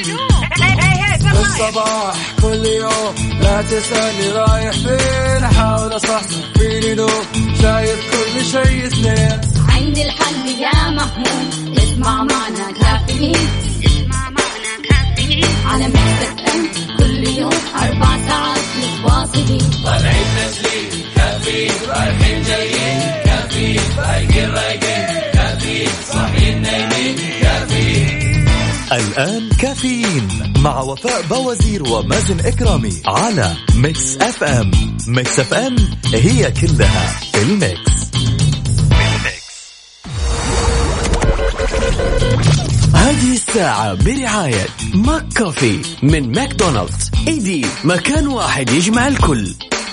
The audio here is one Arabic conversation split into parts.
الصباح كل يوم لا تسألني رايح فين، أحاول أصحصح فيني لو شايف كل شيء سنين. عندي الحل يا محمود، اسمع معنا كافيين، اسمع معنا كافيين على ميكس اف ام كل يوم 4 ساعات متواصلين. طالعين تسليم كافيين، رايحين جايين كافيين، فايقين رايقين كافيين، صاحيين نايمين كافيين. الآن كافيين مع وفاء بوازير ومازن إكرامي على ميكس اف ام. ميكس اف ام هي كلها في الميكس. هذه الساعة برعاية ماك كوفي من ماكدونالدز. ايدي مكان واحد يجمع الكل.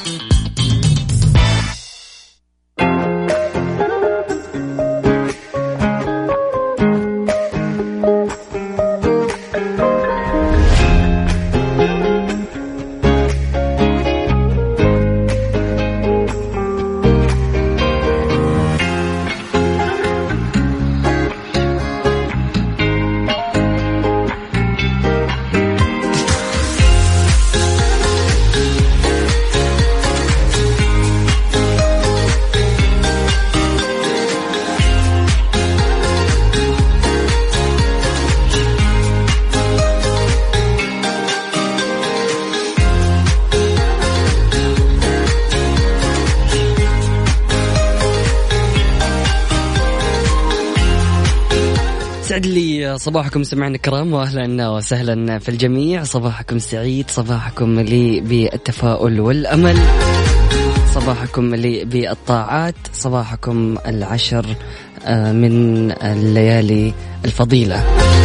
سعد لي صباحكم سمعنا الكرام، واهلا وسهلا في الجميع. صباحكم سعيد، صباحكم مليء بالتفاؤل والامل، صباحكم مليء بالطاعات، صباحكم العشر من الليالي الفضيلة.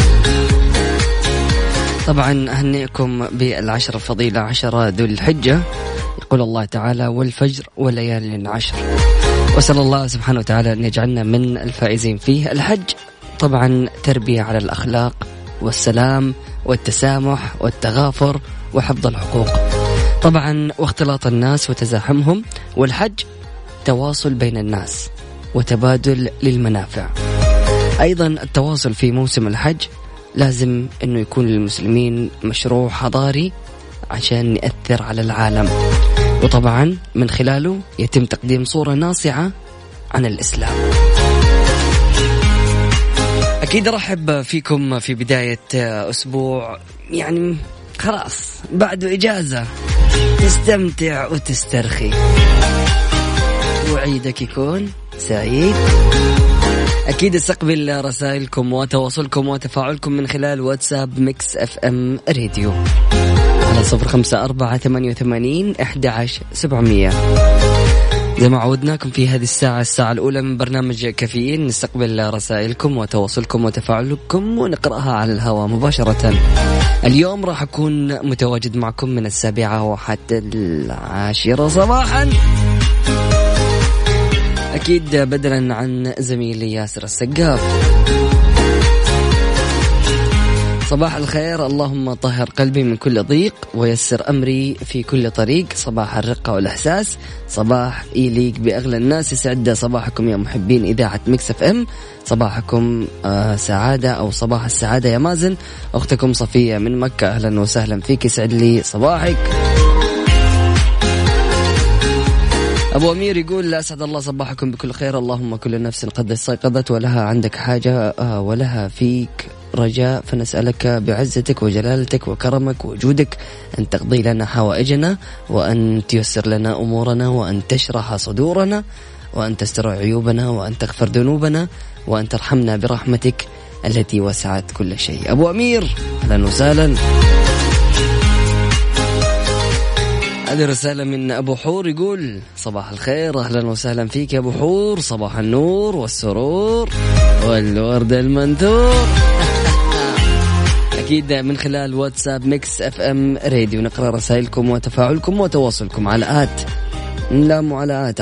طبعا أهنئكم بالعشر الفضيلة، 10 ذو الحجة. يقول الله تعالى: والفجر وليالي العشر. وسأل الله سبحانه وتعالى أن يجعلنا من الفائزين فيه. الحج طبعا تربية على الأخلاق والسلام والتسامح والتغافر وحفظ الحقوق طبعا، واختلاط الناس وتزاحمهم. والحج تواصل بين الناس وتبادل للمنافع. أيضا التواصل في موسم الحج لازم أنه يكون للمسلمين مشروع حضاري عشان يأثر على العالم، وطبعا من خلاله يتم تقديم صورة ناصعة عن الإسلام. أكيد رحب فيكم في بداية أسبوع، يعني خلاص بعده إجازة، تستمتع وتسترخي، وعيدك يكون سعيد. أكيد استقبل رسائلكم وتواصلكم وتفاعلكم من خلال واتساب ميكس اف ام راديو على 0548811700. زي ما عودناكم في هذه الساعة الأولى من برنامج كافيين، نستقبل رسائلكم وتواصلكم وتفاعلكم ونقرأها على الهواء مباشرة. اليوم راح أكون متواجد معكم من 7 وحتى 10 صباحا، أكيد بدلا عن زميلي ياسر السقاف. صباح الخير، اللهم طهر قلبي من كل ضيق ويسر أمري في كل طريق. صباح الرقة والإحساس، صباح يليق بأغلى الناس. يسعد صباحكم يا محبين إذاعة ميكس اف ام. صباحكم سعادة أو صباح السعادة يا مازن. أختكم صفية من مكة، أهلا وسهلا فيك، يسعد لي صباحك. أبو أمير يقول: أسعد الله صباحكم بكل خير، اللهم كل نفس قد استيقظت ولها عندك حاجة ولها فيك رجاء، فنسألك بعزتك وجلالتك وكرمك وجودك أن تقضي لنا حوائجنا، وأن تيسر لنا أمورنا، وأن تشرح صدورنا، وأن تستر عيوبنا، وأن تغفر ذنوبنا، وأن ترحمنا برحمتك التي وسعت كل شيء. أبو أمير أهلا وسهلا. هذه رسالة من أبو حور يقول: صباح الخير، أهلا وسهلا فيك يا أبو حور، صباح النور والسرور والورد المنثور. أكيد من خلال واتساب ميكس اف ام راديو نقرأ رسائلكم وتفاعلكم وتواصلكم على نلام على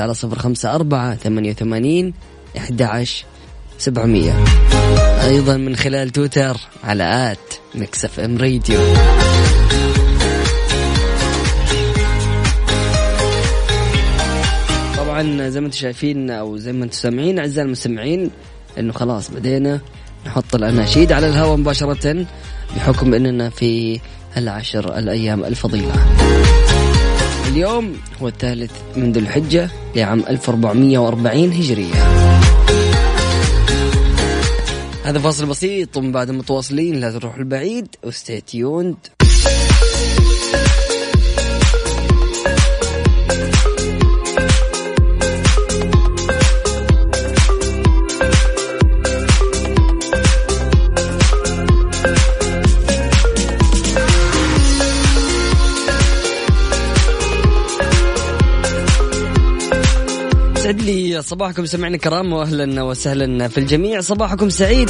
0548811700. أيضا من خلال تويتر على ميكس اف ام راديو. طبعا زي ما انتم شايفين أو زي ما انتم سامعين أعزائي المستمعين، إنه خلاص بدينا نحط الأناشيد على الهواء مباشرة بحكم أننا في 10 الأيام الفضيلة. اليوم هو 3 من ذو الحجة لعام 1440 هجرية. هذا فاصل بسيط ومن بعد متواصلين، لا تروح البعيد وستي تيوند. سعد لي صباحكم سمعنا كرام، واهلا وسهلا في الجميع، صباحكم سعيد.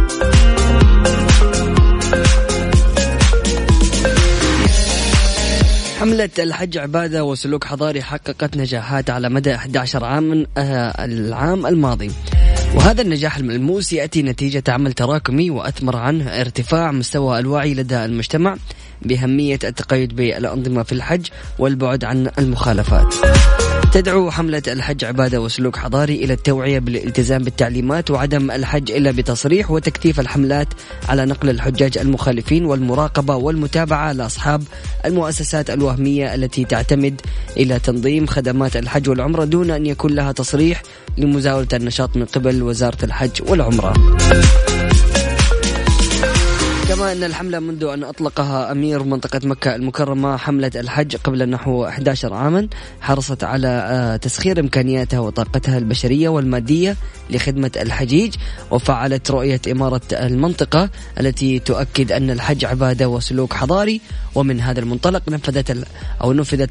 حملة الحج عبادة وسلوك حضاري حققت نجاحات على مدى 11 عام العام الماضي، وهذا النجاح الملموس يأتي نتيجة عمل تراكمي وأثمر عنه ارتفاع مستوى الوعي لدى المجتمع بأهمية التقيد بالأنظمة في الحج والبعد عن المخالفات. تدعو حملة الحج عبادة وسلوك حضاري إلى التوعية بالالتزام بالتعليمات وعدم الحج إلا بتصريح، وتكثيف الحملات على نقل الحجاج المخالفين والمراقبة والمتابعة لأصحاب المؤسسات الوهمية التي تعتمد إلى تنظيم خدمات الحج والعمرة دون أن يكون لها تصريح لمزاولة النشاط من قبل وزارة الحج والعمرة. كما أن الحملة منذ أن أطلقها أمير منطقة مكة المكرمة حملة الحج قبل نحو 11 عاما حرصت على تسخير إمكانياتها وطاقتها البشرية والمادية لخدمة الحجيج، وفعلت رؤية إمارة المنطقة التي تؤكد أن الحج عبادة وسلوك حضاري. ومن هذا المنطلق نفذت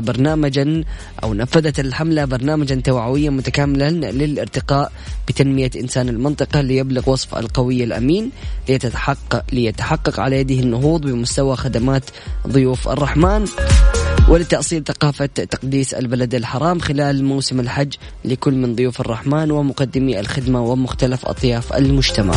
الحملة برنامجا توعويا متكاملا للارتقاء بتنمية إنسان المنطقة ليبلغ وصف القوي الأمين ليتحقق على يده النهوض بمستوى خدمات ضيوف الرحمن، ولتأصيل ثقافة تقديس البلد الحرام خلال موسم الحج لكل من ضيوف الرحمن ومقدمي الخدمة ومختلف أطياف المجتمع.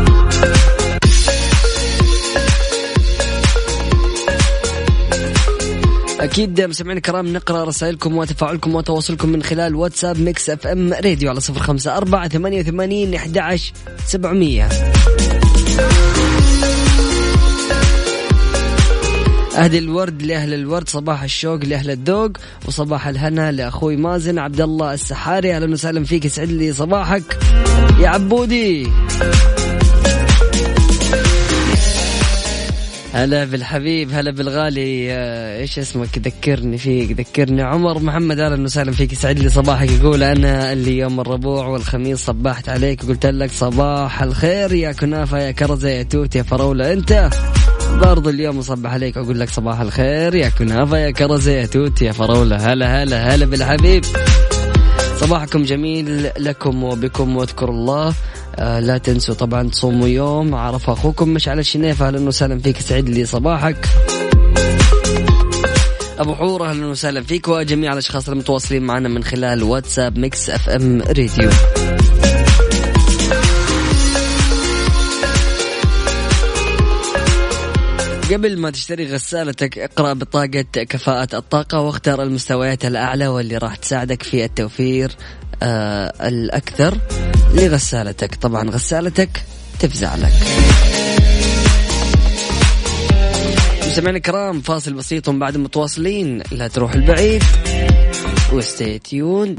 أكيد مستمعين الكرام نقرأ رسائلكم وتفاعلكم وتواصلكم من خلال واتساب ميكس اف ام راديو على 0548811700. أهدي الورد لأهل الورد، صباح الشوق لأهل الذوق، وصباح الهنا لأخوي مازن عبد الله السحاري. أهلا وسهلا فيك، يسعد لي صباحك يا عبودي. هلا بالحبيب، هلا بالغالي، ايش اسمك؟ ذكرني فيك، ذكرني. عمر محمد اهلا وسهلا فيك، يسعد لي صباحك. يقول انا اللي يوم الربوع والخميس صبحت عليك وقلت لك صباح الخير يا كنافه يا كرزه يا توت يا فراوله، انت برضو اليوم اصبح عليك واقول لك صباح الخير يا كنافه يا كرزه يا توت يا فراوله. هلا هلا هلا بالحبيب، صباحكم جميل لكم وبكم، واذكروا الله. لا تنسوا طبعا تصوموا يوم عرف أخوكم مشعل الشنيفة. أهلا وسهلا فيك، سعيد لي صباحك. أبو حور أهلا وسهلا فيك، وجميع الأشخاص المتواصلين معنا من خلال واتساب ميكس اف ام راديو. قبل ما تشتري غسالتك اقرأ بطاقة كفاءة الطاقة واختار المستويات الأعلى واللي راح تساعدك في التوفير الأكثر لغسالتك. طبعا غسالتك تفزع لك. مستمعينا الكرام فاصل بسيط بعد متواصلين، لا تروح البعيد وستي تيوند.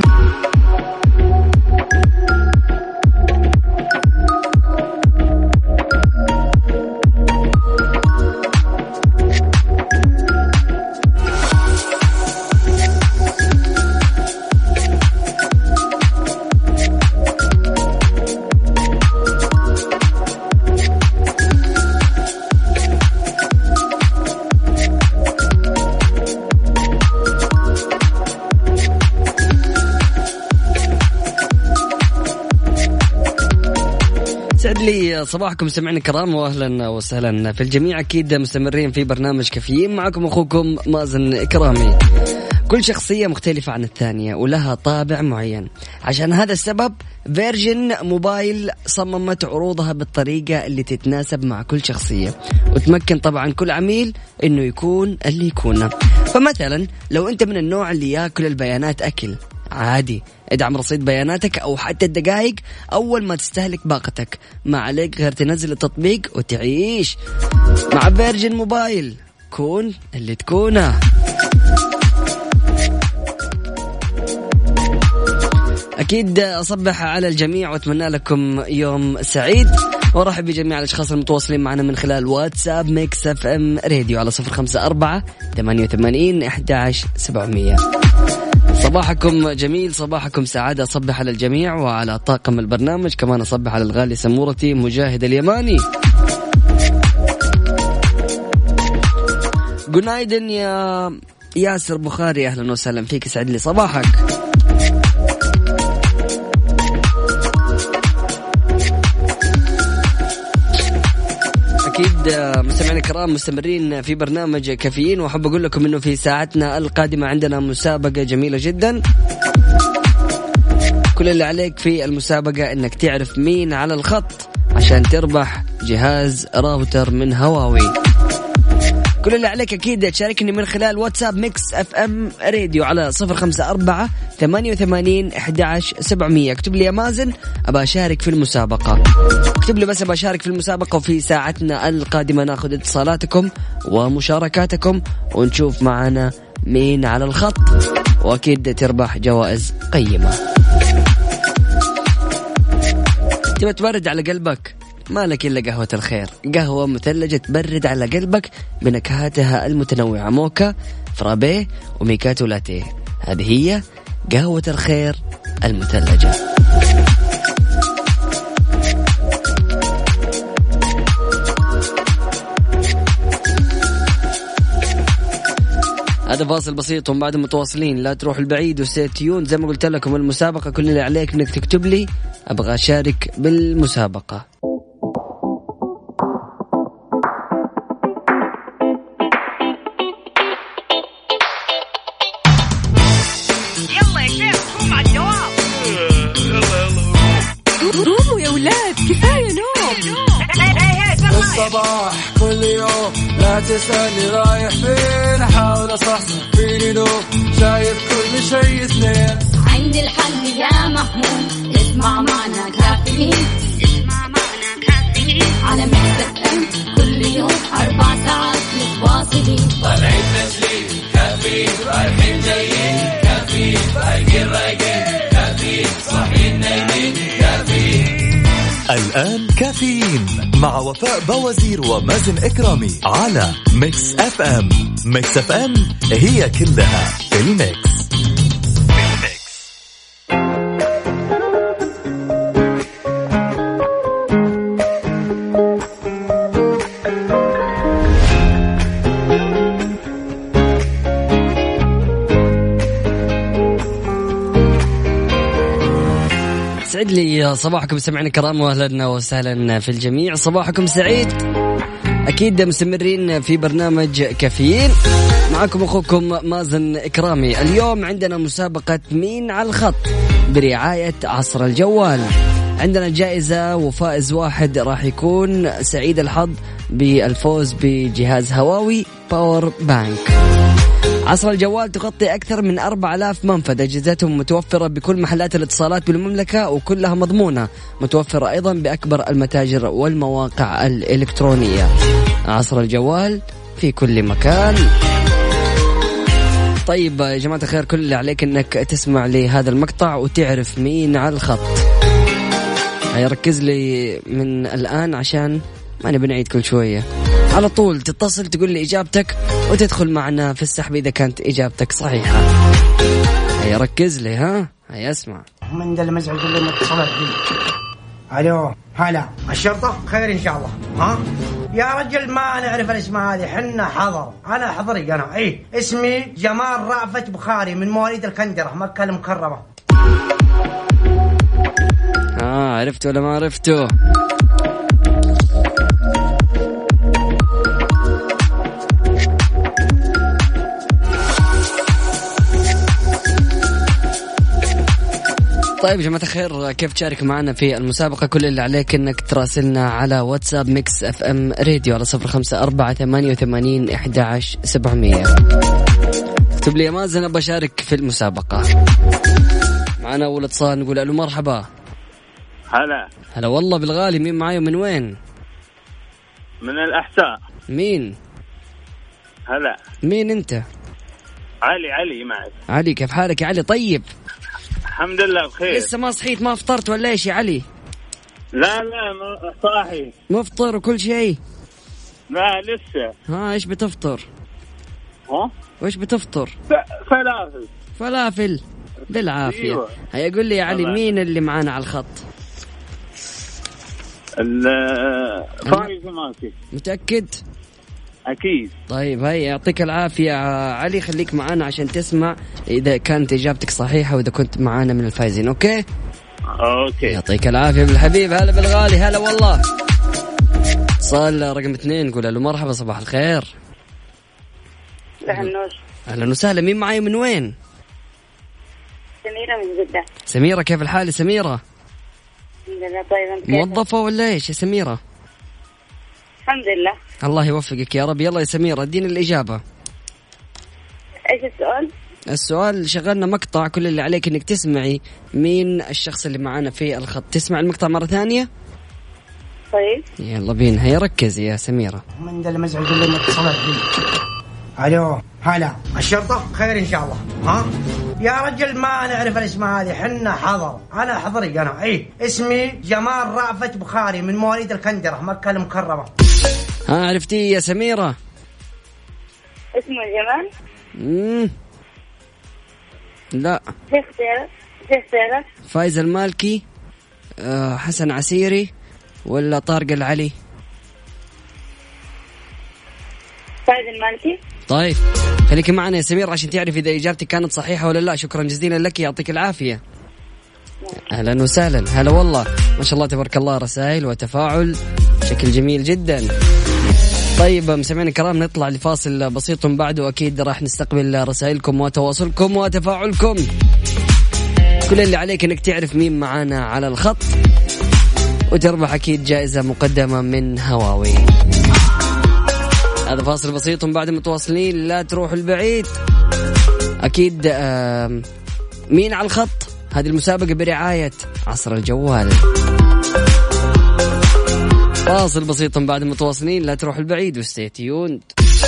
صباحكم سمعنا كرام، واهلا وسهلا في الجميع. اكيد مستمرين في برنامج كافيين، معكم اخوكم مازن اكرامي. كل شخصية مختلفة عن الثانية ولها طابع معين، عشان هذا السبب فيرجن موبايل صممت عروضها بالطريقة اللي تتناسب مع كل شخصية، وتمكن طبعا كل عميل انه يكون اللي يكونه. فمثلا لو انت من النوع اللي ياكل البيانات اكل عادي، ادعم رصيد بياناتك أو حتى الدقائق أول ما تستهلك باقتك. ما عليك غير تنزل التطبيق وتعيش مع فيرجن موبايل. كون اللي تكونه. أكيد أصبح على الجميع وأتمنى لكم يوم سعيد، وأرحب بجميع الأشخاص المتواصلين معنا من خلال واتساب ميكس اف ام راديو على 0548811700. صباحكم جميل، صباحكم سعادة. أصبح على الجميع وعلى طاقم البرنامج، كمان أصبح على الغالي سمورتي مجاهد اليماني. جنايدن يا ياسر بخاري، أهلا وسهلا فيك، سعد لي صباحك. أكيد مستمعينا الكرام مستمرين في برنامج كافيين، وأحب أقول لكم أنه في ساعتنا القادمة عندنا مسابقة جميلة جدا. كل اللي عليك في المسابقة أنك تعرف مين على الخط عشان تربح جهاز راوتر من هواوي. كل اللي عليك أكيد تشاركني من خلال واتساب ميكس اف ام راديو على 0548811700. اكتب لي يا مازن أبا أشارك في المسابقة، اكتب لي بس أبا أشارك في المسابقة، وفي ساعتنا القادمة ناخذ اتصالاتكم ومشاركاتكم ونشوف معنا مين على الخط، وأكيد تربح جوائز قيمة. تبى تبرد على قلبك؟ ما لك إلا قهوة الخير، قهوة مثلجة تبرد على قلبك بنكهاتها المتنوعة، موكا، فرابيه وميكاتو لاتيه. هذه هي قهوة الخير المثلجة. هذا فاصل بسيط وبعد متواصلين، لا تروح البعيد وستيون. زي ما قلت لكم المسابقة كل اللي عليك انك تكتب لي أبغى أشارك بالمسابقة. قوموا يا ولاد، كفاية نوم. الصباح كل يوم لا تسألني رايح فين، أحاول أصحصح فيني لو شايف كل شيء سنين. عندي الحل يا محمود، اسمع معنا كافيين، اسمع معنا كافيين على ميكس اف ام كل يوم 4 ساعات متواصلين. طالعين تسليم كافيين، رايحين جايين كافيين، رايقين رايقين كافيين، صاحيين نايمين كافيين. الآن كافيين مع وفاء بوازير ومازن إكرامي على ميكس اف ام. ميكس اف ام هي كلها في الميكس. سعد لي صباحكم سمعنا كرام، واهلا وسهلا في الجميع، صباحكم سعيد. أكيد مستمرين في برنامج كافيين، معكم أخوكم مازن إكرامي. اليوم عندنا مسابقة مين على الخط برعاية عصر الجوال. عندنا جائزة وفائز واحد راح يكون سعيد الحظ بالفوز بجهاز هواوي باور بانك. عصر الجوال تغطي أكثر من 4000 منفذ، أجهزتهم متوفرة بكل محلات الاتصالات بالمملكة وكلها مضمونة، متوفرة أيضا بأكبر المتاجر والمواقع الإلكترونية. عصر الجوال في كل مكان. طيب يا جماعة الخير، كل اللي عليك أنك تسمع لي هذا المقطع وتعرف مين على الخط. ركز لي من الآن عشان ما نبي نعيد كل شوية. على طول تتصل تقول لي إجابتك وتدخل معنا في السحب إذا كانت إجابتك صحيحة. هيا ركز لي، ها هيا اسمع. من ذا المزعج اللي متصلت فيه. الو هلا، الشرطة خير ان شاء الله. ها يا رجل ما نعرف الاسماء هذه، حنا حضر. انا حضري انا، اي اسمي جمال رأفت بخاري من مواليد الكندرة مكة المكرمة. عرفته ولا ما عرفته؟ طيب يا جماعة الخير، كيف تشارك معنا في المسابقة؟ كل اللي عليك انك تراسلنا على واتساب ميكس اف ام راديو على 0548811700. اكتب لي يا مازن ابى اشارك في المسابقة. معنا أول اتصال نقول ألو مرحبا. هلا. هلا والله بالغالي. مين معاي ومن وين؟ من الأحساء. مين؟ هلا. مين أنت؟ علي معك. علي، كيف حالك يا علي؟ طيب الحمد لله بخير. لسه ما صحيت؟ ما فطرت ولا إيش يا علي؟ لا صاحي. مفطر وكل شيء؟ لا لسه. إيش بتفطر؟ وإيش بتفطر؟ فلافل بالعافية. أيوة. هيا قول لي يا علي مين اللي معانا على الخط؟ فايز مالكي. متأكد؟ أكيد. طيب هيا يعطيك العافية علي، خليك معانا عشان تسمع إذا كانت إجابتك صحيحة وإذا كنت معانا من الفايزين. أوكي يعطيك العافية بالحبيب. هلا بالغالي. هلا والله. اتصال رقم 2 نقول له مرحبا صباح الخير. أهلا وسهلا. مين معاي من وين؟ سميرة من جدة. سميرة كيف الحال سميرة؟ الحمد لله. طيب أنت موظفة ولا إيش يا سميرة؟ الحمد لله. الله يوفقك يا رب. يلا يا سميرة ادينا الإجابة. إيش السؤال؟ السؤال شغلنا مقطع، كل اللي عليك إنك تسمعي مين الشخص اللي معانا في الخط. تسمع المقطع مرة ثانية؟ طيب يلا بينا. هيا ركزي يا سميرة. من ذا المزعج اللي متصلت بي. الو هلا الشرطة خير ان شاء الله. ها يا رجل ما نعرف الاسم هذه، حنا حضر. انا حضري انا اسمي جمال رأفت بخاري من مواليد الكندرة مكة المكرمة. عرفتي يا سميرة؟ اسمه جمال؟ لا. في اختيارات؟ فايز المالكي، حسن عسيري، ولا طارق العلي؟ فايز المالكي. طيب خليكي معنا يا سمير عشان تعرف إذا إجابتك كانت صحيحة ولا لا. شكرا جزيلا لك، يعطيك العافية. أهلا وسهلا. هلا والله ما شاء الله تبارك الله، رسائل وتفاعل بشكل جميل جدا. طيب مستمعينا الكرام نطلع لفاصل بسيط بعده أكيد راح نستقبل رسائلكم وتواصلكم وتفاعلكم. كل اللي عليك إنك تعرف مين معانا على الخط وتربح أكيد جائزة مقدمة من هواوي. هذا فاصل بسيط بعد متواصلين، لا تروح البعيد. أكيد مين على الخط؟ هذه المسابقة برعاية عصر الجوال. فاصل بسيط بعد متواصلين، لا تروح البعيد وستي تيوند.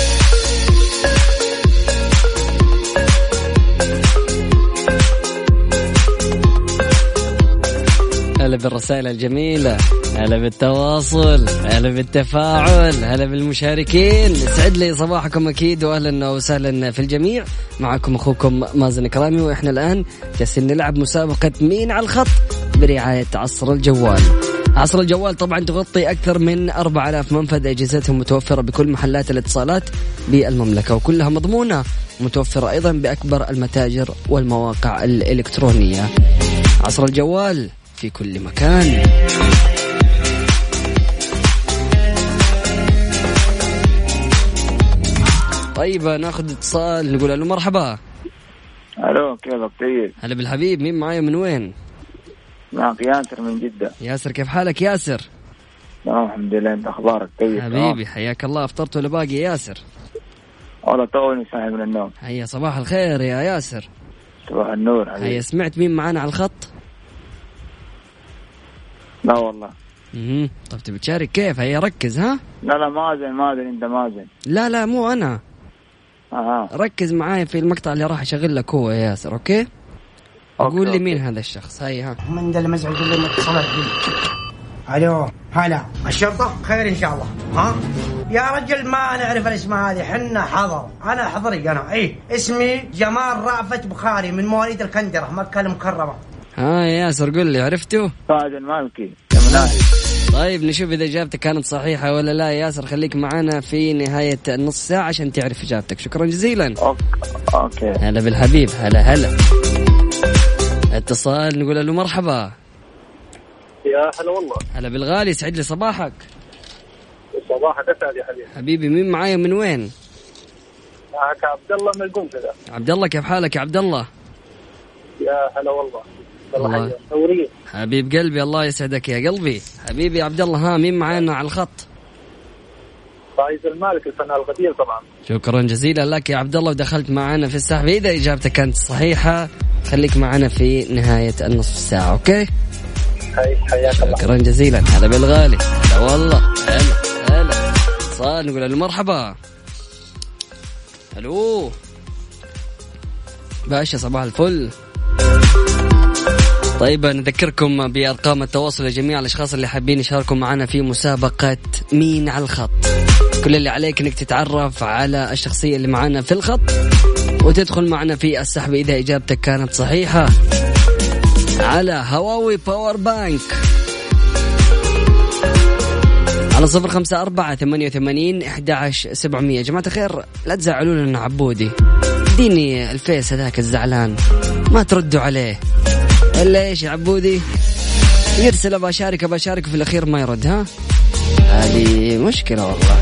هلا بالرسائل الجميلة، هلا بالتواصل، هلا بالتفاعل، هلا بالمشاركين. يسعد لي صباحكم أكيد وأهلا وسهلا في الجميع. معكم أخوكم مازن كرامي، وإحنا الآن جالسين نلعب مسابقة مين على الخط برعاية عصر الجوال. عصر الجوال طبعا تغطي أكثر من 4000 منفذ، أجهزتهم متوفرة بكل محلات الاتصالات بالمملكة وكلها مضمونة، متوفرة أيضا بأكبر المتاجر والمواقع الإلكترونية. عصر الجوال في كل مكان. طيب ناخذ اتصال نقول له مرحبا. الو كيفك؟ طيب. هلا بالحبيب. مين معايا من وين؟ معك ياسر من جدة. ياسر كيف حالك ياسر؟ الحمد لله. انت اخبارك؟ طيب حبيبي حياك الله. افطرت ولا باقي يا ياسر؟ والله توني صاحي من النوم. هيا صباح الخير يا ياسر. صباح النور حبيبي. هيا سمعت مين معانا على الخط؟ لا والله. طب تبي تشارك كيف؟ هيا ركز. ها لا مازن انت مازن. لا مو انا. ركز معاي في المقطع اللي راح اشغل لك هو يا ياسر. اوكي قول لي مين هذا الشخص. هيا من ذا المزعج اللي متصلت بي. الو هلا الشرطة خير ان شاء الله. ها يا رجل ما نعرف الاسم هذه، حنا حضر. انا حضري انا اسمي جمال رأفت بخاري من مواليد الكندرة مكة المكرمة. يا ياسر قل لي عرفته؟ فايز المالكي يا مناهي. طيب نشوف إذا إجابتك كانت صحيحة ولا لا. ياسر خليك معنا في نهاية نص ساعة عشان تعرف إجابتك. شكرا جزيلا. أوكي. هلا بالحبيب. هلا اتصال نقول له مرحبا. يا هلا والله. هلا بالغالي. يسعد لي صباحك. صباحك أسعد يا حبيبي. حبيبي مين معايا من وين؟ معك عبد الله من القنفذة. عبد الله كيف حالك يا عبد الله؟ يا هلا والله. الله حبيب قلبي. الله يسعدك يا قلبي حبيبي عبد الله. ها مين معانا على الخط؟ فايز المالك الفنان القدير طبعا. شكرا جزيلا لك يا عبد الله، ودخلت معنا في السحب. إذا إجابتك كانت صحيحة خليك معنا في نهاية النصف ساعة. أوكي حياك الله. شكرا جزيلا. هلا بالغالي. لا والله. هلا صار نقول له مرحبا. الو باشا صباح الفل. طيب نذكركم بأرقام التواصل لجميع الأشخاص اللي حابين يشاركوا معنا في مسابقة مين على الخط. كل اللي عليك انك تتعرف على الشخصية اللي معنا في الخط وتدخل معنا في السحب إذا إجابتك كانت صحيحة على هواوي باور بانك على 0548811700. يا جماعة الخير لا تزعلوا لنا عبودي، اديني الفيس هذاك الزعلان ما تردوا عليه ولا ايش يا عبودي؟ يرسل بشارك في الأخير ما يرد. ها هذه مشكلة والله.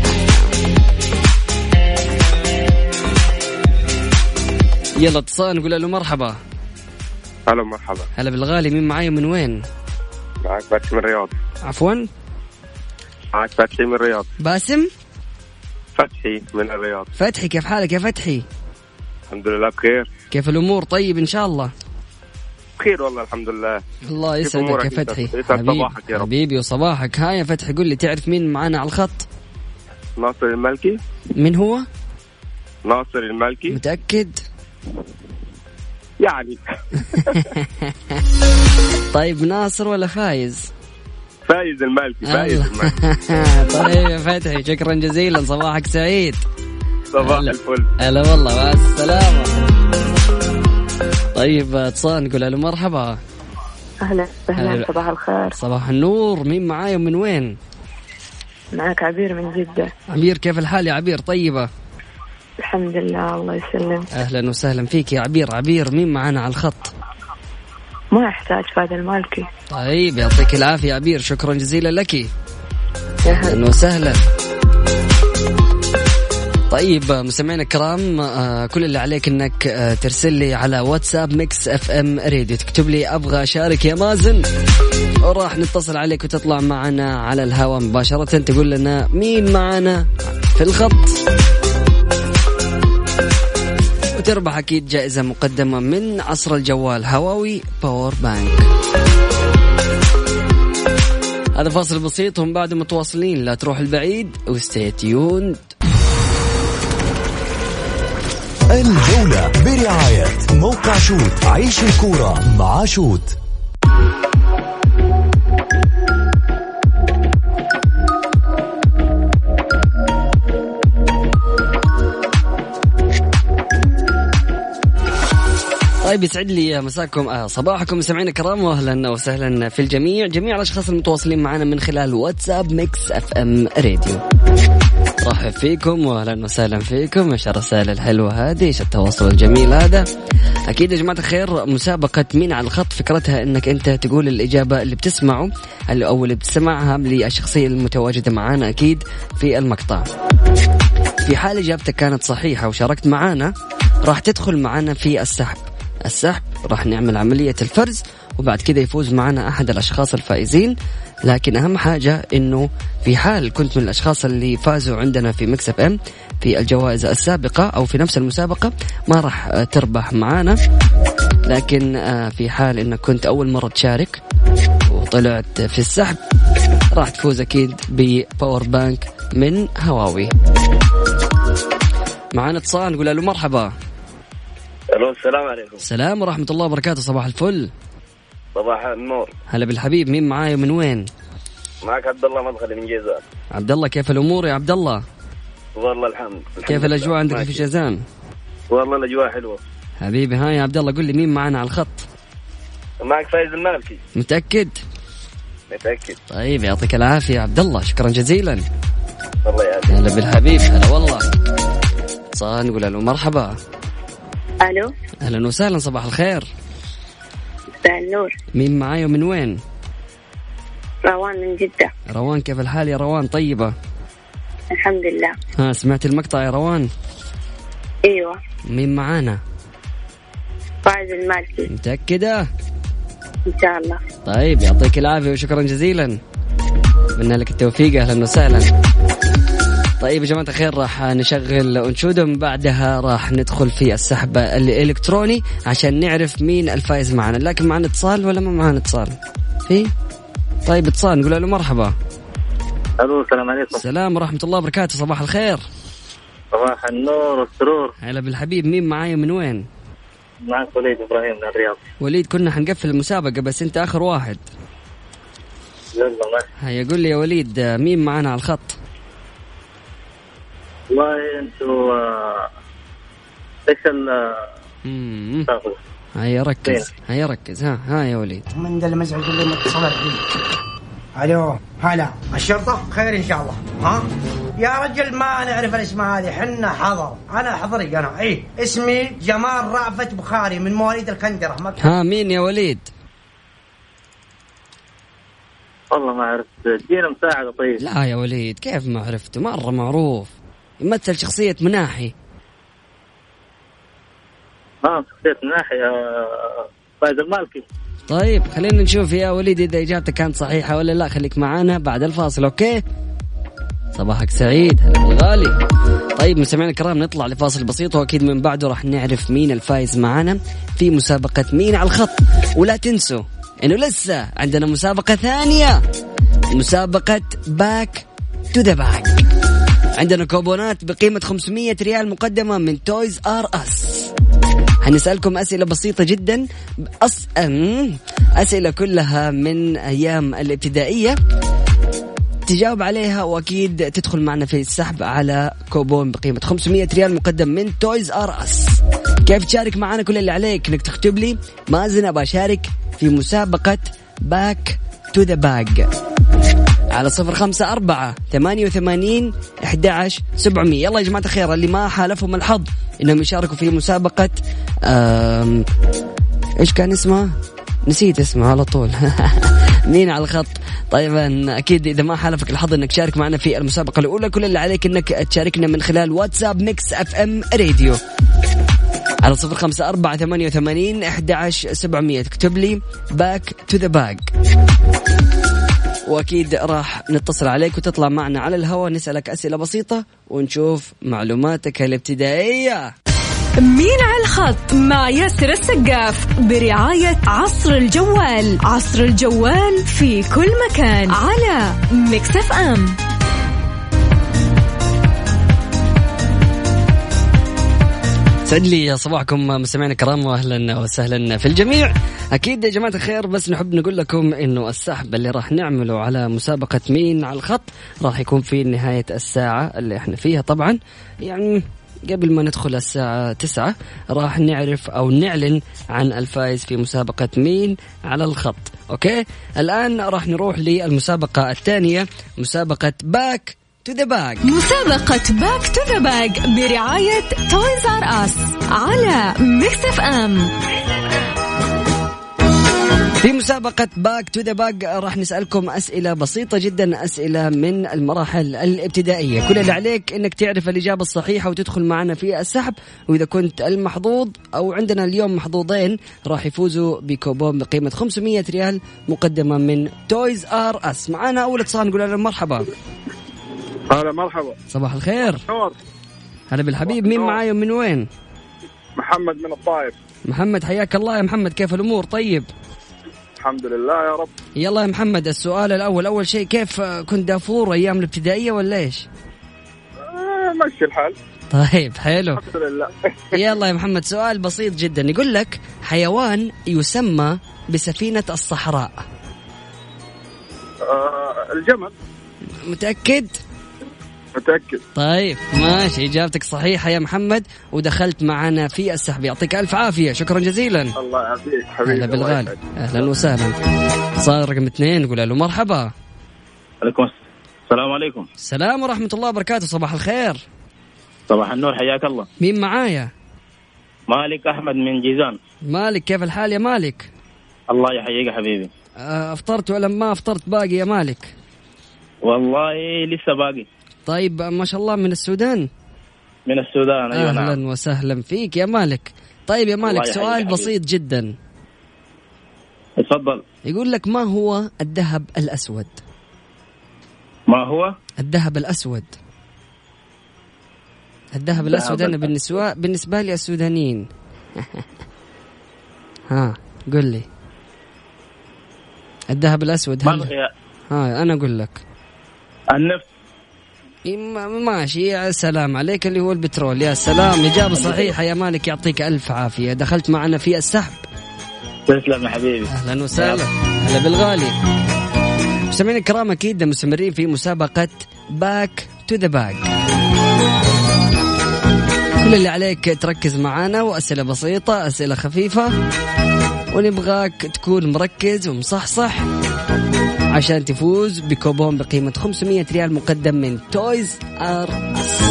يلا اتصال نقول له مرحبا. هلا مرحبا. هلا بالغالي. مين معايا من وين؟ معك فتحي من الرياض. عفوا معك فتحي من الرياض. باسم فتحي من الرياض. فتحي كيف حالك يا فتحي؟ الحمد لله بخير. كيف الأمور؟ طيب إن شاء الله بخير والله الحمد لله. الله يسعدك يا فتحي. صباحك يا رب. حبيبي وصباحك. ها يا فتحي قل لي تعرف مين معانا على الخط؟ ناصر المالكي. من هو؟ ناصر المالكي. متأكد؟ يعني طيب ناصر ولا فايز؟ فايز المالكي. طيب يا فتحي شكرا جزيلا. صباحك سعيد. صباح الفل. هلا والله مع السلامة. طيب اتصال نقول له مرحبا. أهلا وسهلا. صباح الخير. صباح النور. مين معايا ومن وين؟ معك عبير من جدة. عبير كيف الحال يا عبير؟ طيبة الحمد لله الله يسلم. أهلا وسهلا فيك يا عبير. عبير مين معانا على الخط؟ ما يحتاج فهد المالكي. طيب يعطيك العافية عبير شكرا جزيلا لك. أهلا وسهلا. طيب مستمعينا الكرام كل اللي عليك انك ترسل لي على واتساب ميكس اف ام راديو، تكتب لي ابغى اشارك يا مازن وراح نتصل عليك وتطلع معنا على الهواء مباشرة تقول لنا مين معنا في الخط وتربح اكيد جائزة مقدمة من عصر الجوال هواوي باور بانك. هذا فاصل بسيط هم بعد متواصلين، لا تروح البعيد وستي تيوند. الجولة برعاية موقع شوت. عيش الكورة مع شوت. طيب يسعد لي مساكم صباحكم مستمعينا الكرام واهلا وسهلا في الجميع، جميع الاشخاص المتواصلين معنا من خلال واتساب ميكس اف ام راديو. رحب فيكم واهلا وسهلا فيكم. ايش الرسائل الحلوه هذه، ايش التواصل الجميل هذا. اكيد يا جماعه الخير مسابقه مين على الخط فكرتها انك انت تقول الاجابه اللي بتسمعه او اللي بتسمعها للشخصيه المتواجده معانا اكيد في المقطع. في حال اجابتك كانت صحيحه وشاركت معانا راح تدخل معانا في السحب راح نعمل عملية الفرز وبعد كده يفوز معنا أحد الأشخاص الفائزين. لكن أهم حاجة إنه في حال كنت من الأشخاص اللي فازوا عندنا في ميكس اف ام في الجوائز السابقة أو في نفس المسابقة ما راح تربح معنا، لكن في حال إنك كنت أول مرة تشارك وطلعت في السحب راح تفوز أكيد بباور بانك من هواوي. معنا اتصال نقول له مرحبا. الو السلام عليكم. السلام ورحمة الله وبركاته. صباح الفل. صباح النور. هلا بالحبيب. مين معايا من وين؟ معك عبد الله مدخلي من جيزان. عبد الله كيف الأمور يا عبد الله؟ والله الحمد. كيف الأجواء عندك في جيزان؟ والله الأجواء حلوة حبيبي. ها يا عبد الله قل لي مين معنا على الخط؟ معك فايز المالكي. متأكد؟ متأكد. طيب يعطيك العافية يا عبد الله شكرا جزيلا. الله يعافيك. هلا بالحبيب. هلا والله. صار نقول له مرحبا. الو اهلا وسهلا. صباح الخير. مساء النور. مين معايا ومن وين؟ روان من جدة. روان كيف الحال يا روان؟ طيبة الحمد لله. ها سمعت المقطع يا روان؟ ايوه. مين معانا؟ فايز المالكي. متأكدة؟ ان شاء الله. طيب يعطيك العافية وشكرا جزيلا، أتمنى لك التوفيق. اهلا وسهلا. طيب يا جماعة الخير راح نشغل أنشودة من بعدها راح ندخل في السحب الإلكتروني عشان نعرف مين الفائز معنا. لكن معنا اتصال ولا ما معنا اتصال؟ في؟ طيب اتصال نقول له مرحبا. الو السلام عليكم. السلام ورحمة الله وبركاته. صباح الخير. صباح النور والسرور. هلا بالحبيب. مين معايا من وين؟ معك وليد إبراهيم من الرياض. وليد كنا حنقفل المسابقة بس انت آخر واحد. يلا هيا قول لي يا وليد مين معانا على الخط؟ والله انتوا ايش هيا ركز هيا ركز. ها يا وليد. من ذا المزعج اللي متصلت بي. الو هلا الشرطة خير ان شاء الله. ها يا رجل ما نعرف الاسماء هذه حنا حضر. انا حضري انا اسمي جمال رأفت بخاري من مواليد الكندرة. ها مين يا وليد؟ والله ما عرفت. ادينا مساعدة طيب. لا يا وليد كيف ما عرفته؟ مرة معروف يمثل شخصية مناحي. شخصية مناحي فايز المالكي. طيب خلينا نشوف يا وليد إذا إجابتك كانت صحيحة ولا لا. خليك معانا بعد الفاصل. أوكي صباحك سعيد. هلا بالغالي. طيب مستمعينا الكرام نطلع لفاصل بسيط وأكيد من بعده راح نعرف مين الفائز معانا في مسابقة مين على الخط. ولا تنسوا إنه لسه عندنا مسابقة ثانية، مسابقة باك تو ذا باك. عندنا كوبونات بقيمة 500 ريال مقدمة من تويز آر أس. هنسألكم أسئلة بسيطة جدا، أسئلة كلها من أيام الابتدائية تجاوب عليها وأكيد تدخل معنا في السحب على كوبون بقيمة 500 ريال مقدم من تويز آر أس. كيف تشارك معنا؟ كل اللي عليك انك تكتب لي مازن أبغى أشارك في مسابقة باك تو ذا باج على 0548811700. يلا يا جماعة الخير اللي ما حالفهم الحظ إنهم يشاركوا في مسابقة إيش كان اسمها؟ نسيت اسمها على طول. مين على الخط؟ طيب أكيد إذا ما حالفك الحظ إنك تشارك معنا في المسابقة الأولى كل اللي عليك إنك تشاركنا من خلال واتساب ميكس اف ام راديو على 0548811700. تكتب لي باك تو ذا باج وأكيد راح نتصل عليك وتطلع معنا على الهواء نسألك أسئلة بسيطة ونشوف معلوماتك الابتدائية. مين على الخط مع ياسر السقاف برعاية عصر الجوال. عصر الجوال في كل مكان على ميكس اف ام. سعد لي صباحكم مستمعينا الكرام واهلا وسهلا في الجميع. اكيد يا جماعه الخير بس نحب نقول لكم انه السحب اللي راح نعمله على مسابقه مين على الخط راح يكون في نهايه الساعه اللي احنا فيها. طبعا يعني قبل ما ندخل الساعة 9 راح نعرف أو نعلن عن الفائز في مسابقة مين على الخط. أوكي الآن راح نروح للمسابقة الثانية، مسابقة باك تو ذا باج. مسابقة باك تو ذا باج برعاية تويز آر أس على ميكس اف ام. في مسابقة باك تو ذا باج راح نسألكم أسئلة بسيطة جدا، أسئلة من المراحل الابتدائية. كل اللي عليك إنك تعرف الإجابة الصحيحة وتدخل معنا في السحب. وإذا كنت المحظوظ أو عندنا اليوم محظوظين راح يفوزوا بكوبون بقيمة 500 ريال مقدمة من تويز آر أس. معنا أول اتصال نقول له مرحبا. هلا مرحبا. صباح الخير. هلا بالحبيب. مين معايا من وين؟ محمد من الطائف. محمد حياك الله يا محمد، كيف الأمور؟ طيب الحمد لله يا رب. يلا يا محمد السؤال الأول، أول شيء كيف كنت دافور أيام الابتدائية ولا إيش؟ ماشي الحال. طيب حلو الحمد لله. يلا يا محمد سؤال بسيط جدا، يقول لك حيوان يسمى بسفينة الصحراء. الجمل. متأكد؟ متأكد. طيب ماشي، إجابتك صحيحة يا محمد ودخلت معنا في السحب. يعطيك ألف عافية، شكرا جزيلا. الله يعافيك حبيبي. أهلا بالغالي. أهلا وسهلا. صار رقم 2 نقول له مرحبا. عليكم السلام. عليكم السلام ورحمة الله وبركاته. صباح الخير. صباح النور، حياك الله. مين معايا؟ مالك أحمد من جيزان. مالك كيف الحال يا مالك؟ الله يحييك حبيبي. أفطرت ولا ما أفطرت باقي يا مالك؟ والله لسه باقي. طيب ما شاء الله من السودان؟ من السودان أيوة. أهلا نعم. وسهلا فيك يا مالك. طيب يا مالك سؤال بسيط جدا. اتفضل. يقول لك ما هو الذهب الأسود؟ ما هو الذهب الأسود؟ الذهب الأسود أنا بالنسبة لي السودانيين. ها قل لي الذهب الأسود أنا أقول لك النفط. ماشي يا سلام عليك اللي هو البترول. يا سلام إجابة صحيحة يا مالك يعطيك ألف عافية. دخلت معنا في السحب. تسلم يا حبيبي. أهلا وسهلا. هلا بالغالي. مستمعين الكرام أكيد مستمرين في مسابقة باك تو ذا باك. كل اللي عليك تركز معانا وأسئلة بسيطة أسئلة خفيفة ونبغاك تكون مركز ومصحصح عشان تفوز بكوبون بقيمة 500 ريال مقدم من تويز آر أس.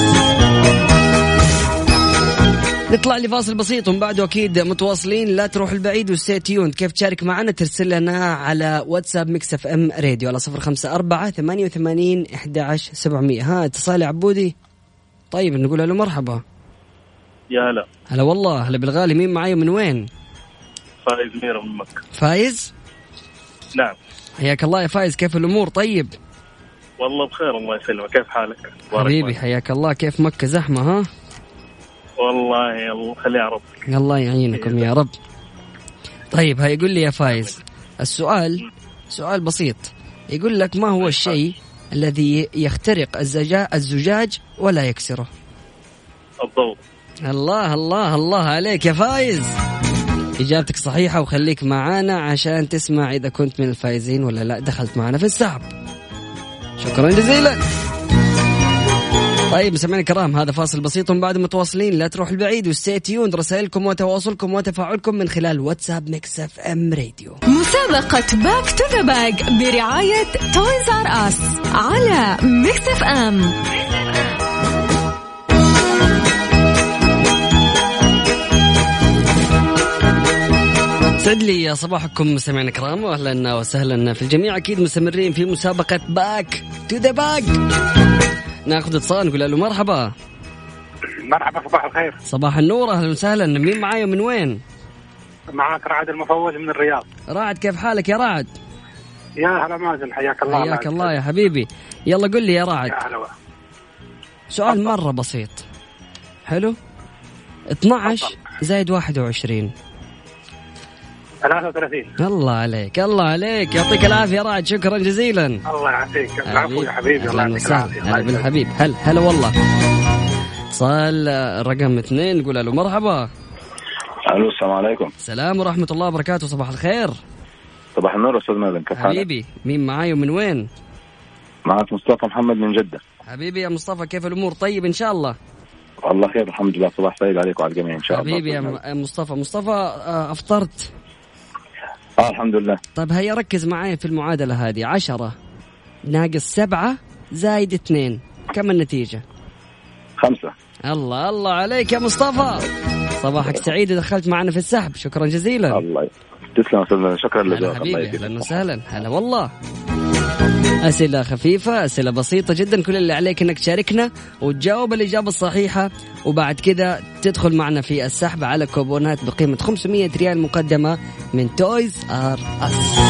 نطلع لفاصل بسيط ومن بعده أكيد متواصلين. لا تروح البعيد وستي تيوند. كيف تشارك معنا؟ ترسل لنا على واتساب ميكس اف ام راديو على 0548811700. ها اتصال عبودي. طيب نقول له مرحبا. يا هلا. هلا والله. هلا بالغالي. مين معايا من وين؟ فايز ميرا من مكة. فايز؟ نعم. حياك الله يا فايز. كيف الأمور؟ طيب والله بخير الله يسلمك. كيف حالك؟ حبيبي حياك الله. كيف مكة زحمة؟ ها والله الله خليها يا رب. الله يعينكم يا رب. طيب هاي يقول لي يا فايز السؤال سؤال بسيط. يقول لك ما هو الشيء الذي يخترق الزجاج ولا يكسره؟ الضوء. الله الله الله عليك يا فايز. إجابتك صحيحة وخليك معانا عشان تسمع إذا كنت من الفائزين ولا لا. دخلت معنا في السحب. شكرا جزيلا. طيب سمعنا الكرام هذا فاصل بسيط وبعد متواصلين. لا تروح البعيد وستي تيوند. رسائلكم وتواصلكم وتفاعلكم من خلال واتساب ميكس اف ام راديو. مسابقة باك تو ذا باك برعاية تويز آر أس على ميكس اف ام. سعد لي صباحكم مستمعينا الكرام واهلا وسهلا في الجميع. اكيد مستمرين في مسابقة باك تو ذا باك. ناخذ اتصال نقول له مرحبا. مرحبا صباح الخير. صباح النور اهلا وسهلا. مين معايا من وين؟ معاك رعد المفوز من الرياض. رعد كيف حالك يا رعد؟ يا هلا مازن حياك الله. حياك الله يا حبيبي. يلا قل لي يا رعد. سؤال مرة بسيط. حلو. 12 زائد 21 33. الله عليك الله عليك. يعطيك العافية يا رعد. شكرا جزيلا. الله يعافيك. العفو يا حبيبي. الله يعافيك. هلا بالحبيب. هلا والله. اتصال رقم 2 نقول له مرحبا. الو السلام عليكم. السلام ورحمة الله وبركاته. صباح الخير. صباح النور أستاذ مازن. كيف حالك حبيبي؟ مين معاي ومن وين؟ معك مصطفى محمد من جدة. حبيبي يا مصطفى كيف الأمور؟ طيب إن شاء الله. والله خير الحمد لله. صباح سعيد عليك وعلى الجميع إن شاء الله. حبيبي يا مصطفى أفطرت؟ الحمد لله. طيب هيا ركز معي في المعادلة هذه. 10 ناقص 7 زائد 2 كم النتيجة؟ 5. الله الله عليك يا مصطفى. صباحك سعيد. دخلت معنا في السحب. شكرا جزيلا. الله تسلم أستاذ. شكرا لك حبيبي. أهلا وسهلا. هلا والله. أسئلة خفيفة أسئلة بسيطة جدا. كل اللي عليك أنك تشاركنا وتجاوب الإجابة الصحيحة وبعد كذا تدخل معنا في السحب على كوبونات بقيمة 500 ريال مقدمة من تويز آر أس.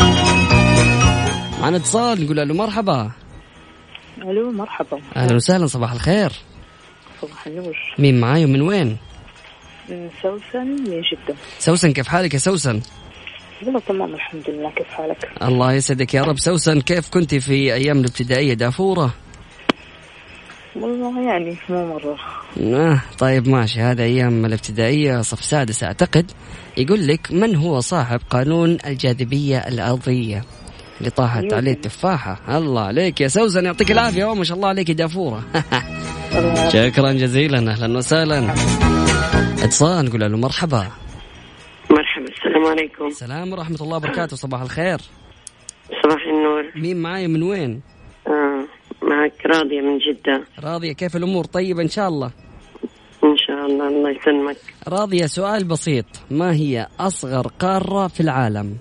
معنا اتصال نقول له مرحبا. ألو مرحبا. أهلا وسهلا. صباح الخير. صباح النور. مين معاي ومن وين؟ سوسن من جدة. سوسن كيف حالك يا سوسن؟ والله تمام الحمد لله. كيف حالك؟ الله يسعدك يا رب. سوسن كيف كنتي في أيام الابتدائية؟ دافورة؟ والله يعني مو مرة. طيب ماشي. هذا أيام الابتدائية صف سادس أعتقد. يقول لك من هو صاحب قانون الجاذبية الأرضية اللي طاحت عليه التفاحة؟ الله عليك يا سوسن. يعطيك العافية. ما شاء الله عليك دافورة. شكرا جزيلا. أهلا وسهلا. اتصال نقول له مرحبا. مرحبا. السلام عليكم. السلام ورحمة الله وبركاته. صباح الخير. صباح النور. مين معاي من وين؟ معك راضية من جدة. راضية كيف الأمور؟ طيبة إن شاء الله. إن شاء الله الله يسلمك. راضية سؤال بسيط. ما هي أصغر قارة في العالم؟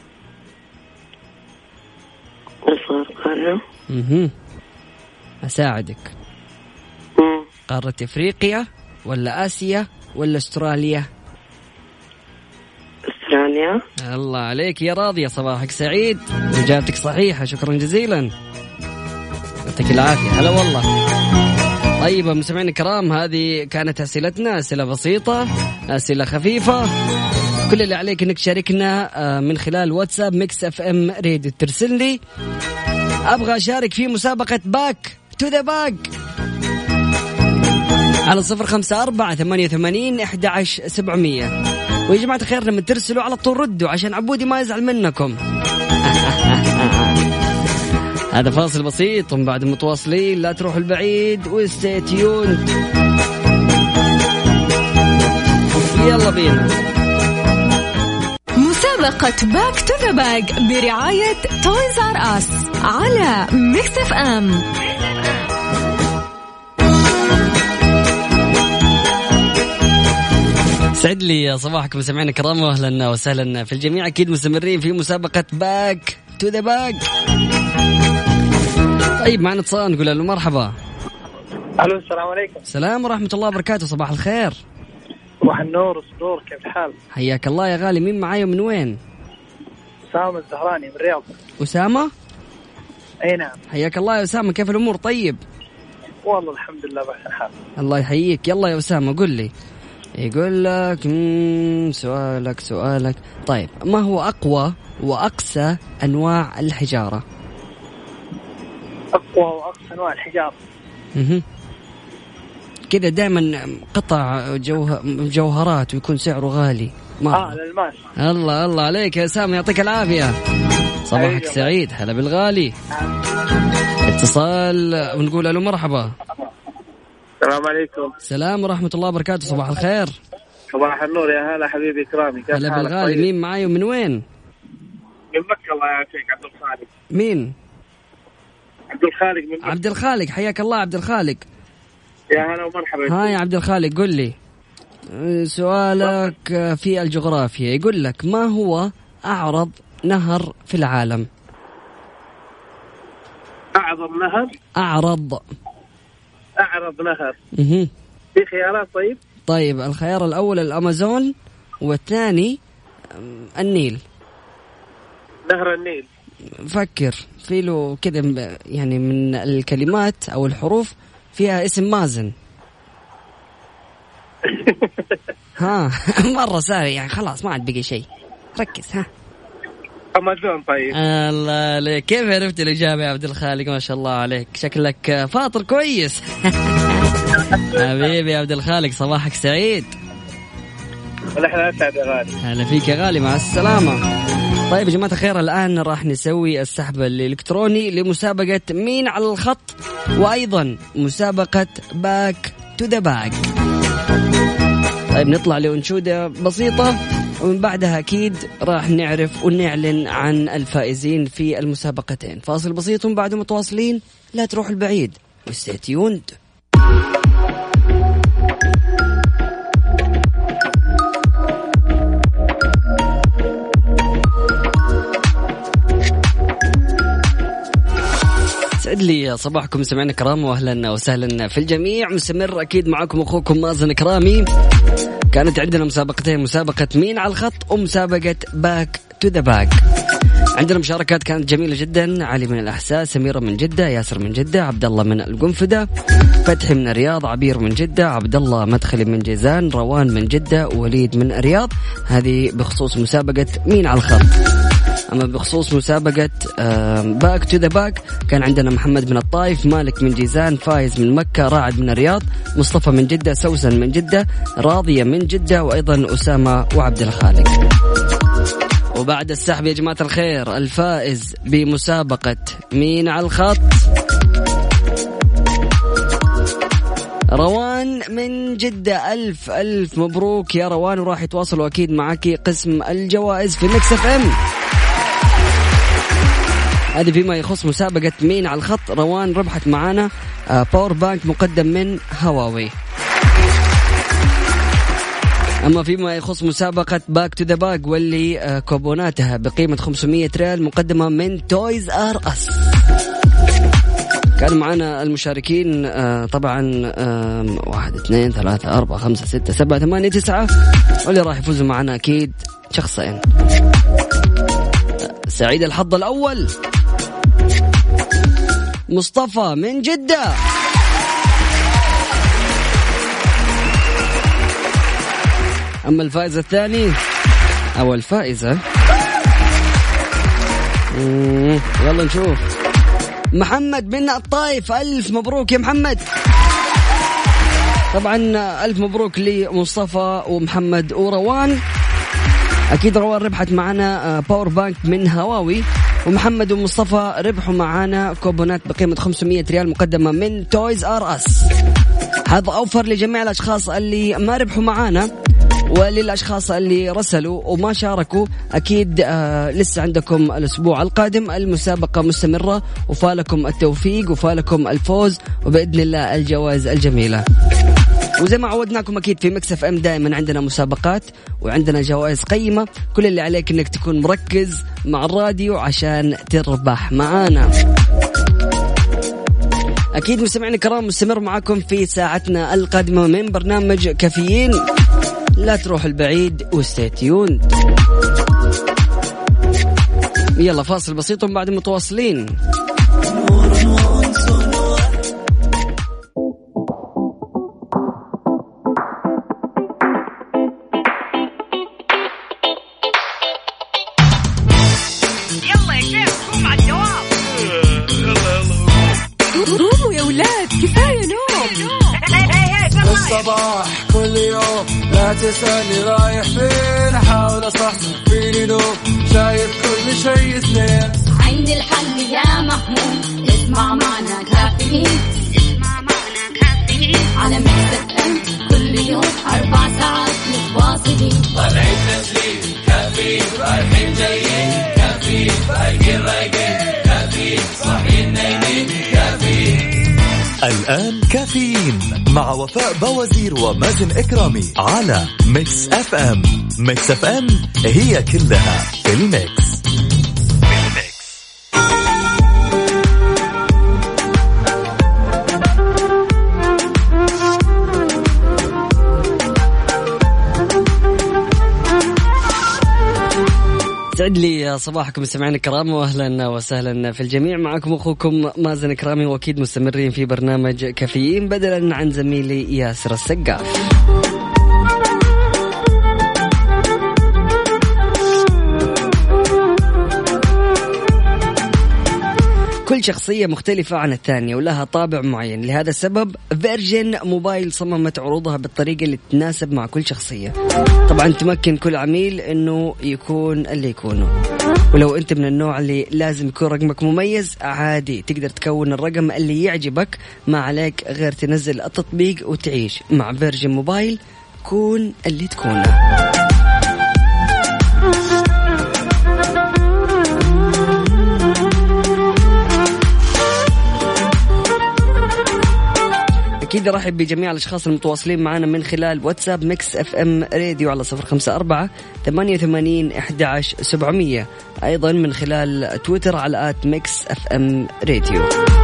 أصغر قارة؟ أساعدك. قارة إفريقيا ولا آسيا ولا أستراليا؟ أستراليا. الله عليك يا راضية. صباحك سعيد وإجابتك صحيحة. شكرا جزيلا. يعطيك العافية. هلا والله. طيب مستمعينا الكرام، هذه كانت أسئلتنا، أسئلة بسيطة، أسئلة خفيفة. كل اللي عليك انك تشاركنا من خلال واتساب ميكس اف ام راديو. ترسل لي ابغى اشارك في مسابقة باك تو ذا باك على 0548811700. ويا جماعة الخير لما ترسلوا على طول ردوا عشان عبودي ما يزعل منكم. هذا فاصل بسيط ومن بعد متواصلين، لا تروحوا البعيد وستي تيوند. يلا بينا. مسابقة باك تو ذا باك برعاية تويز آر أس على ميكس اف ام. سعد لي صباحكم سمعنا كرام، واهلا وسهلا في الجميع. اكيد مستمرين في مسابقة باك تو ذا باك. طيب معنا اتصال، نقول له مرحبا. الو السلام عليكم. السلام ورحمة الله وبركاته. صباح الخير. صباح النور والسرور، كيف الحال؟ حياك الله يا غالي. مين معاي ومن وين؟ أسامة الزهراني من الرياض. أسامة؟ أي نعم. حياك الله يا أسامة، كيف الأمور؟ طيب والله الحمد لله بأحسن حال. الله يحييك. يلا يا أسامة قل لي. يقول لك سؤالك. طيب ما هو أقوى وأقسى أنواع الحجارة؟ أقوى وأقسى أنواع الحجارة. كده دائما قطع جوهرات ويكون سعره غالي. الألماس. الله عليك يا سامي، يعطيك العافية. صباحك سعيد. هلا بالغالي. اتصال ونقول له مرحبا. السلام عليكم. السلام ورحمة الله وبركاته. صباح الخير. صباح النور يا هلا حبيبي كرامي، كيف هلا بالغالي. مين معاي ومن وين؟ من مكة. الله يعافيك. عبد الخالق. مين؟ عبد الخالق من مكة. عبد الخالق، حياك الله عبد الخالق. يا هلا ومرحبا. هاي يا عبد الخالق، قل لي سؤالك في الجغرافيا. يقول لك ما هو أعرض نهر في العالم؟ أعظم نهر. أعرض نهر. في خيارات؟ طيب الخيار الأول الأمازون، والثاني النيل. نهر النيل. فكر في له كده يعني من الكلمات أو الحروف فيها اسم مازن. ها مرة سهل يعني، خلاص ما عاد بقي شيء، ركز. ها أمازون. طيب الله عليك، كيف عرفت الإجابة يا عبد الخالق؟ ما شاء الله عليك، شكلك فاطر كويس. حبيبي يا عبد الخالق، صباحك سعيد. ونحن أسعد يا غالي. هلا فيك يا غالي، مع السلامة. طيب يا جماعة الخير، الآن راح نسوي السحب الإلكتروني لمسابقة مين على الخط، وأيضا مسابقة باك تو ذا باك. طيب نطلع لأنشودة بسيطة ومن بعدها أكيد راح نعرف ونعلن عن الفائزين في المسابقتين. فاصل بسيط ومن بعد متواصلين، لا تروح البعيد وستي تيوند. سعد لي صباحكم سمعنا كرام، واهلا وسهلا في الجميع. مستمر اكيد معكم اخوكم مازن كرامي. كانت عندنا مسابقتين، مسابقة مين على الخط ومسابقة باك تو ذا باك. عندنا مشاركات كانت جميلة جدا. علي من الأحساء، سميرة من جدة، ياسر من جدة، عبد الله من القنفذة، فتحي من الرياض، عبير من جدة، عبد الله مدخلي من جيزان، روان من جدة، وليد من الرياض. هذه بخصوص مسابقة مين على الخط. أما بخصوص مسابقة باك تو ذا باك كان عندنا محمد من الطائف، مالك من جيزان، فايز من مكة، راعد من الرياض، مصطفى من جدة، سوسن من جدة، راضية من جدة، وأيضا أسامة وعبد الخالق. وبعد السحب يا جماعة الخير، الفائز بمسابقة مين على الخط روان من جدة. ألف ألف مبروك يا روان، وراح يتواصلوا أكيد معك قسم الجوائز في ميكس اف ام. هذه فيما يخص مسابقة مين على الخط. روان ربحت معانا باور بانك مقدم من هواوي. أما فيما يخص مسابقة باك تو ذا باك واللي كوبوناتها بقيمة 500 ريال مقدمة من تويز آر أس. كان معنا المشاركين طبعا 1 2 3 4 5 6 7 8 9، واللي راح يفوزوا معنا أكيد شخصين. سعيد الحظ الأول مصطفى من جدة. أما الفائز الثاني أو الفائزة يلا نشوف. محمد من الطائف، ألف مبروك يا محمد. طبعا ألف مبروك لمصطفى ومحمد وروان. أكيد روان ربحت معنا باور بانك من هواوي، ومحمد ومصطفى ربحوا معنا كوبونات بقيمة 500 ريال مقدمة من تويز آر أس. هذا أوفر لجميع الأشخاص اللي ما ربحوا معنا، وللأشخاص اللي رسلوا وما شاركوا أكيد لسه عندكم الأسبوع القادم، المسابقة مستمرة، وفالكم التوفيق وفالكم الفوز وبإذن الله الجوائز الجميلة. وزي ما عودناكم أكيد في ميكس اف ام دائما عندنا مسابقات وعندنا جوائز قيمة. كل اللي عليك إنك تكون مركز مع الراديو عشان تربح معانا. أكيد مستمعين الكرام مستمر معاكم في ساعتنا القادمة من برنامج كافيين. لا تروح البعيد وستيتيون. يلا فاصل بسيط وبعد متواصلين. يلا يا شيخ قوم على الدوام. قوموا يا ولاد كفاية نوم. الصباح كل يوم لا تسألني رايح فين، أحاول أصحصح فيني نوم، شايف كل شيء سنين. عندي الحل يا محمود، اسمع معنا كافيين. اسمع معنا كافيين على ميكس اف ام كل يوم 4 ساعات متواصلين. طالعين تسليم كافيين، رايحين جايين كافيين، فايقين رايقين كافيين، صاحيين نايمين كافيين. الآن كافيين مع وفاء بوازير ومازن إكرامي على ميكس اف ام. ميكس اف ام هي كلها في الميكس. سعد لي صباحكم مستمعين الكرام، واهلا وسهلا في الجميع. معكم اخوكم مازن كرامي، واكيد مستمرين في برنامج كافيين بدلا عن زميلي ياسر السقاف. كل شخصية مختلفة عن الثانية ولها طابع معين، لهذا السبب فيرجن موبايل صممت عروضها بالطريقة اللي تناسب مع كل شخصية. طبعا تمكن كل عميل انه يكون اللي يكونه، ولو انت من النوع اللي لازم يكون رقمك مميز عادي تقدر تكون الرقم اللي يعجبك، ما عليك غير تنزل التطبيق وتعيش مع فيرجن موبايل. كون اللي تكونه. أكيد رحب بجميع الأشخاص المتواصلين معنا من خلال واتساب ميكس اف ام راديو على 0548811700، أيضا من خلال تويتر على @ميكس اف ام راديو.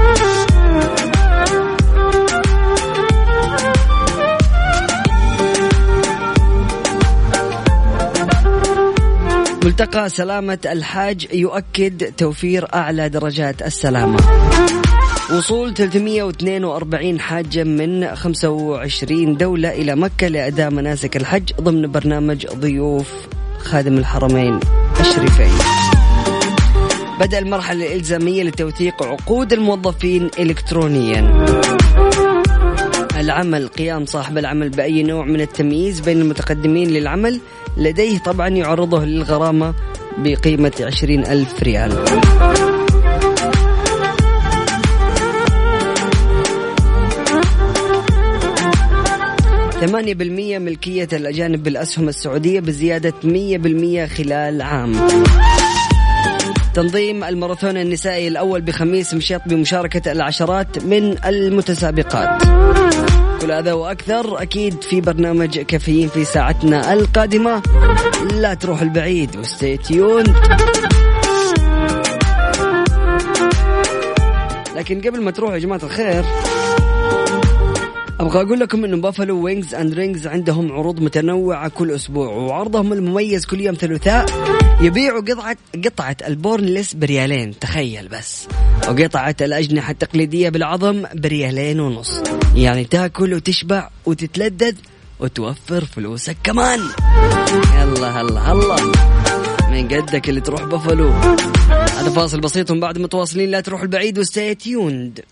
ملتقى سلامة الحاج يؤكد توفير أعلى درجات السلامة. وصول 342 حاجة من 25 دولة إلى مكة لأداء مناسك الحج ضمن برنامج ضيوف خادم الحرمين الشريفين. بدأ المرحلة الإلزامية لتوثيق عقود الموظفين إلكترونيا. العمل قيام صاحب العمل بأي نوع من التمييز بين المتقدمين للعمل لديه طبعا يعرضه للغرامة بقيمة 20,000 ريال. ثمانية بالمية ملكية الأجانب بالأسهم السعودية بزيادة 100% خلال عام. تنظيم الماراثون النسائي الأول بخميس مشيط بمشاركة العشرات من المتسابقات. كل هذا وأكثر أكيد في برنامج كافيين في ساعتنا القادمة. لا تروح البعيد وستي تيوند. لكن قبل ما تروحوا يا جماعة الخير، أبغى أقول لكم إنه بافلو وينجز أند رينجز عندهم عروض متنوعة كل أسبوع، وعرضهم المميز كل يوم ثلاثاء يبيعوا قطعة البورنلس بريالين، تخيل بس، وقطعة الأجنحة التقليدية بالعظم بريالين ونص. يعني تاكل وتشبع وتتلذذ وتوفر فلوسك كمان. يلا هلا هلا من قدك اللي تروح بفلو. هذا فاصل بسيط ومن بعد متواصلين، لا تروح البعيد وستي تيوند.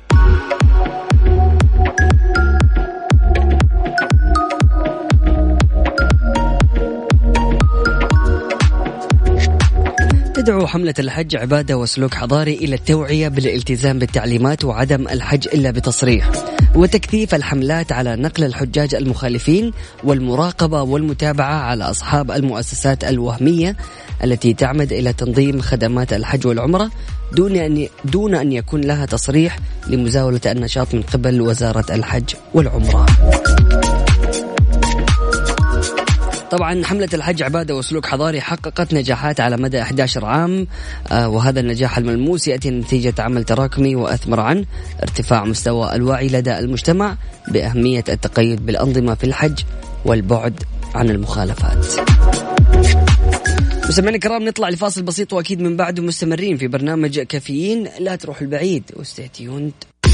تدعو حملة الحج عبادة وسلوك حضاري إلى التوعية بالالتزام بالتعليمات وعدم الحج إلا بتصريح، وتكثيف الحملات على نقل الحجاج المخالفين، والمراقبة والمتابعة على أصحاب المؤسسات الوهمية التي تعمد إلى تنظيم خدمات الحج والعمرة دون أن يكون لها تصريح لمزاولة النشاط من قبل وزارة الحج والعمرة. طبعا حملة الحج عبادة وسلوك حضاري حققت نجاحات على مدى 11 عام، وهذا النجاح الملموس يأتي نتيجة عمل تراكمي وأثمر عنه ارتفاع مستوى الوعي لدى المجتمع بأهمية التقيد بالأنظمة في الحج والبعد عن المخالفات. مستمعينا الكرام، نطلع لفاصل بسيط وأكيد من بعده مستمرين في برنامج كافيين. لا تروح البعيد وستي تيوند.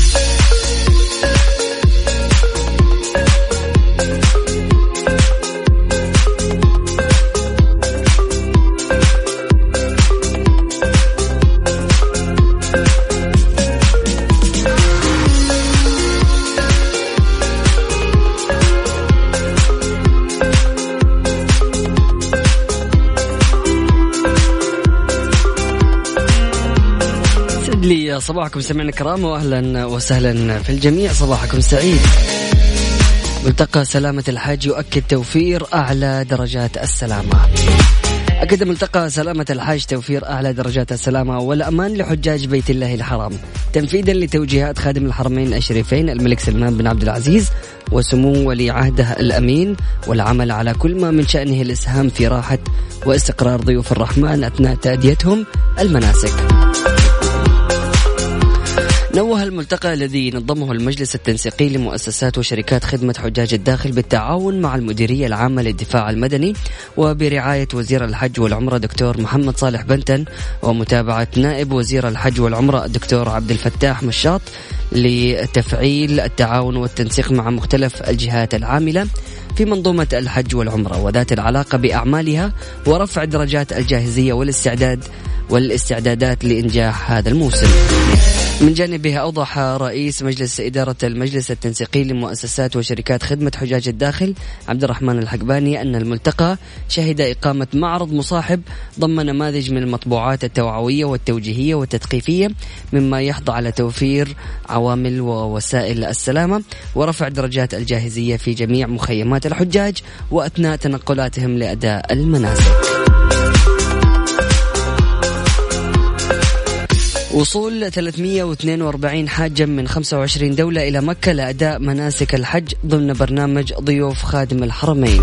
لي صباحكم سمعنا الكرام وأهلا وسهلا في الجميع، صباحكم سعيد. ملتقى سلامة الحاج يؤكد توفير أعلى درجات السلامة. أكد ملتقى سلامة الحاج توفير أعلى درجات السلامة والأمان لحجاج بيت الله الحرام تنفيذا لتوجيهات خادم الحرمين الشريفين الملك سلمان بن عبد العزيز وسمو ولي عهده الأمين، والعمل على كل ما من شأنه الإسهام في راحة واستقرار ضيوف الرحمن أثناء تأديتهم المناسك. نوه الملتقى الذي نظمه المجلس التنسيقي لمؤسسات وشركات خدمة حجاج الداخل بالتعاون مع المديرية العامة للدفاع المدني وبرعاية وزير الحج والعمرة دكتور محمد صالح بنتن ومتابعة نائب وزير الحج والعمرة الدكتور عبد الفتاح مشاط لتفعيل التعاون والتنسيق مع مختلف الجهات العاملة في منظومة الحج والعمرة وذات العلاقة بأعمالها ورفع درجات الجاهزية والاستعدادات لإنجاح هذا الموسم. من جانبها أوضح رئيس مجلس إدارة المجلس التنسيقي لمؤسسات وشركات خدمة حجاج الداخل عبد الرحمن الحقباني أن الملتقى شهد إقامة معرض مصاحب ضم نماذج من المطبوعات التوعوية والتوجيهية والتثقيفية مما يحض على توفير عوامل ووسائل السلامة ورفع درجات الجاهزية في جميع مخيمات الحجاج وأثناء تنقلاتهم لأداء المناسك. وصول 342 حاجا من 25 دولة إلى مكة لأداء مناسك الحج ضمن برنامج ضيوف خادم الحرمين.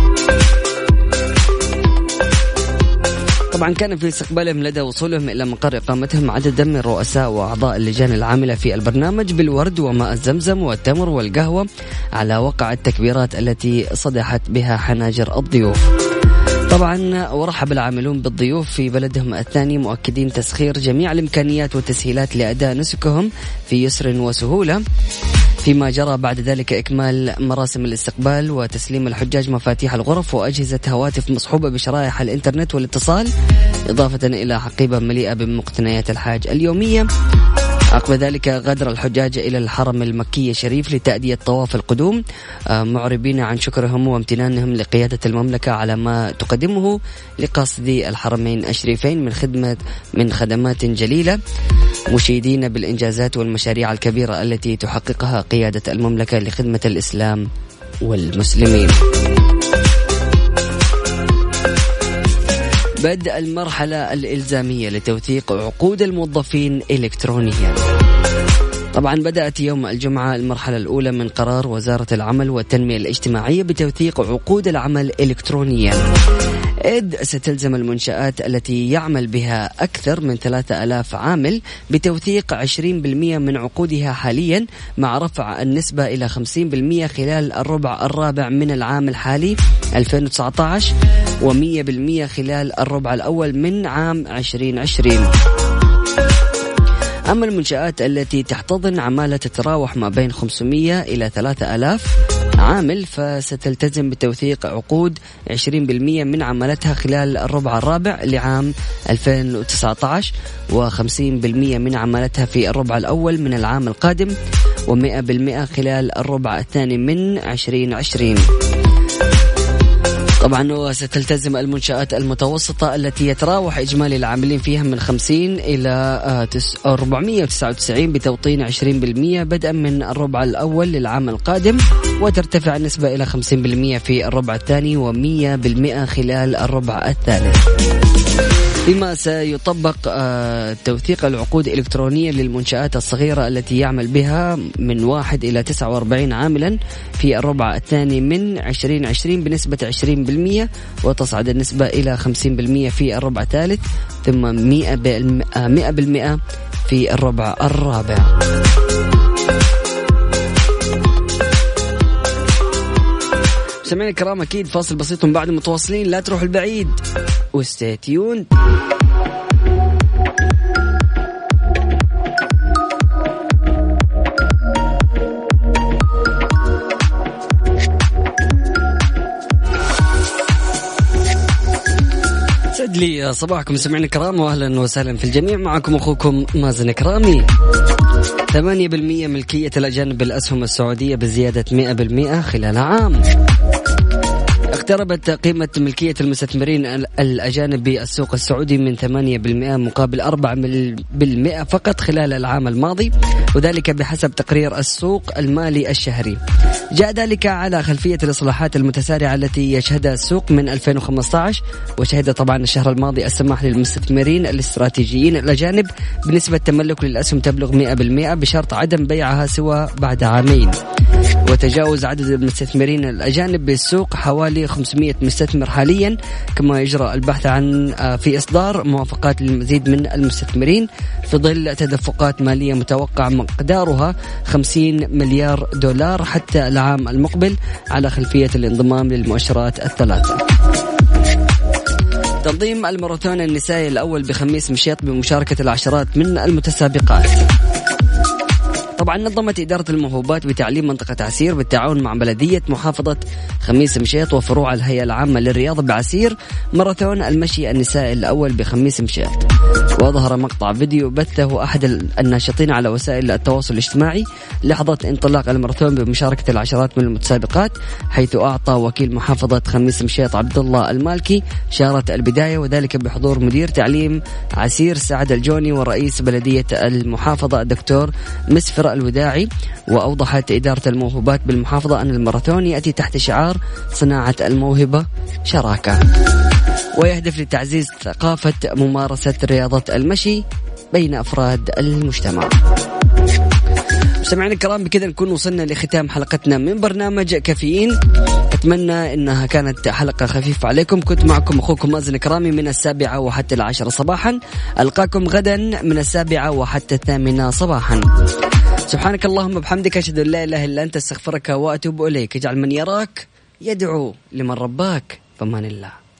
طبعا كان في استقبالهم لدى وصولهم إلى مقر إقامتهم عددا من رؤساء وأعضاء اللجان العاملة في البرنامج بالورد وماء الزمزم والتمر والقهوة على وقع التكبيرات التي صدحت بها حناجر الضيوف. طبعا ورحب العاملون بالضيوف في بلدهم الثاني مؤكدين تسخير جميع الإمكانيات والتسهيلات لأداء نسكهم في يسر وسهولة، فيما جرى بعد ذلك إكمال مراسم الاستقبال وتسليم الحجاج مفاتيح الغرف وأجهزة هواتف مصحوبة بشرائح الإنترنت والاتصال، إضافة إلى حقيبة مليئة بمقتنيات الحاج اليومية. عقب ذلك غادر الحجاج إلى الحرم المكي الشريف لتأدية طواف القدوم معربين عن شكرهم وامتنانهم لقيادة المملكة على ما تقدمه لقاصدي الحرمين الشريفين من خدمات جليلة، مشيدين بالإنجازات والمشاريع الكبيرة التي تحققها قيادة المملكة لخدمة الإسلام والمسلمين. بدء المرحلة الإلزامية لتوثيق عقود الموظفين إلكترونيا. طبعا بدأت يوم الجمعة المرحلة الأولى من قرار وزارة العمل والتنمية الاجتماعية بتوثيق عقود العمل إلكترونيا، إذ ستلزم المنشآت التي يعمل بها أكثر من 3000 عامل بتوثيق 20% من عقودها حاليا، مع رفع النسبة إلى 50% خلال الربع الرابع من العام الحالي 2019 و100% خلال الربع الأول من عام 2020. أما المنشآت التي تحتضن عمالة تتراوح ما بين 500 إلى 3000 عامل، فستلتزم بتوثيق عقود 20% من عملتها خلال الربع الرابع لعام 2019 و50% من عملتها في الربع الأول من العام القادم و100% خلال الربع الثاني من 2020. طبعا وستلتزم المنشآت المتوسطة التي يتراوح إجمالي العاملين فيها من 50 إلى 499 بتوطين 20% بدءا من الربع الأول للعام القادم، وترتفع النسبة إلى 50% في الربع الثاني و100% خلال الربع الثالث. بما سيطبق توثيق العقود الإلكترونية للمنشآت الصغيرة التي يعمل بها من 1 إلى 49 عاملا في الربع الثاني من 2020 بنسبة 20%، وتصعد النسبة إلى 50% في الربع الثالث، ثم 100% في الربع الرابع. سمعنا الكرام، أكيد فاصل بسيط بعد متواصلين، لا تروحوا البعيد وستيون. سعد لي صباحكم سمعنا الكرام، وأهلا وسهلا في الجميع. معكم أخوكم مازن كرامي. 8% ملكية الأجانب بالأسهم السعودية بزيادة 100% خلال عام. اقتربت قيمة ملكية المستثمرين الأجانب بالسوق السعودي من 8% مقابل 4% فقط خلال العام الماضي، وذلك بحسب تقرير السوق المالي الشهري. جاء ذلك على خلفية الإصلاحات المتسارعة التي يشهدها السوق من 2015، وشهد طبعا الشهر الماضي السماح للمستثمرين الاستراتيجيين الأجانب بنسبة تملك للأسهم تبلغ 100% بشرط عدم بيعها سوى بعد عامين. وتجاوز عدد المستثمرين الأجانب بالسوق حوالي 500 مستثمر حاليا، كما يجرى البحث عن في إصدار موافقات للمزيد من المستثمرين في ظل تدفقات مالية متوقع مقدارها 50 مليار دولار حتى العام المقبل على خلفية الانضمام للمؤشرات الثلاثة. تنظيم الماراثون النسائي الأول بخميس مشيط بمشاركة العشرات من المتسابقات. طبعا نظمت إدارة الموهوبات بتعليم منطقة عسير بالتعاون مع بلدية محافظة خميس مشيط وفروع الهيئة العامة للرياضة بعسير ماراثون المشي النسائي الأول بخميس مشيط. وظهر مقطع فيديو بثه أحد الناشطين على وسائل التواصل الاجتماعي لحظة انطلاق الماراثون بمشاركة العشرات من المتسابقات، حيث أعطى وكيل محافظة خميس مشيط عبد الله المالكي شارة البداية، وذلك بحضور مدير تعليم عسير سعد الجوني ورئيس بلدية المحافظة الدكتور مسفر الوداعي. وأوضحت إدارة الموهوبات بالمحافظة أن الماراثون يأتي تحت شعار صناعة الموهبة شراكة، ويهدف لتعزيز ثقافة ممارسة رياضة المشي بين أفراد المجتمع. مستمعينا الكرام، بكذا نكون وصلنا لختام حلقتنا من برنامج كافيين. أتمنى أنها كانت حلقة خفيفة عليكم. كنت معكم أخوكم مازن كرامي من 7 وحتى 10 صباحا. ألقاكم غدا من 7 وحتى 8 صباحا. سبحانك اللهم بحمدك، أشهد أن لا إله إلا أنت، استغفرك وأتوب إليك. اجعل من يراك يدعو لمن رباك. فمان الله.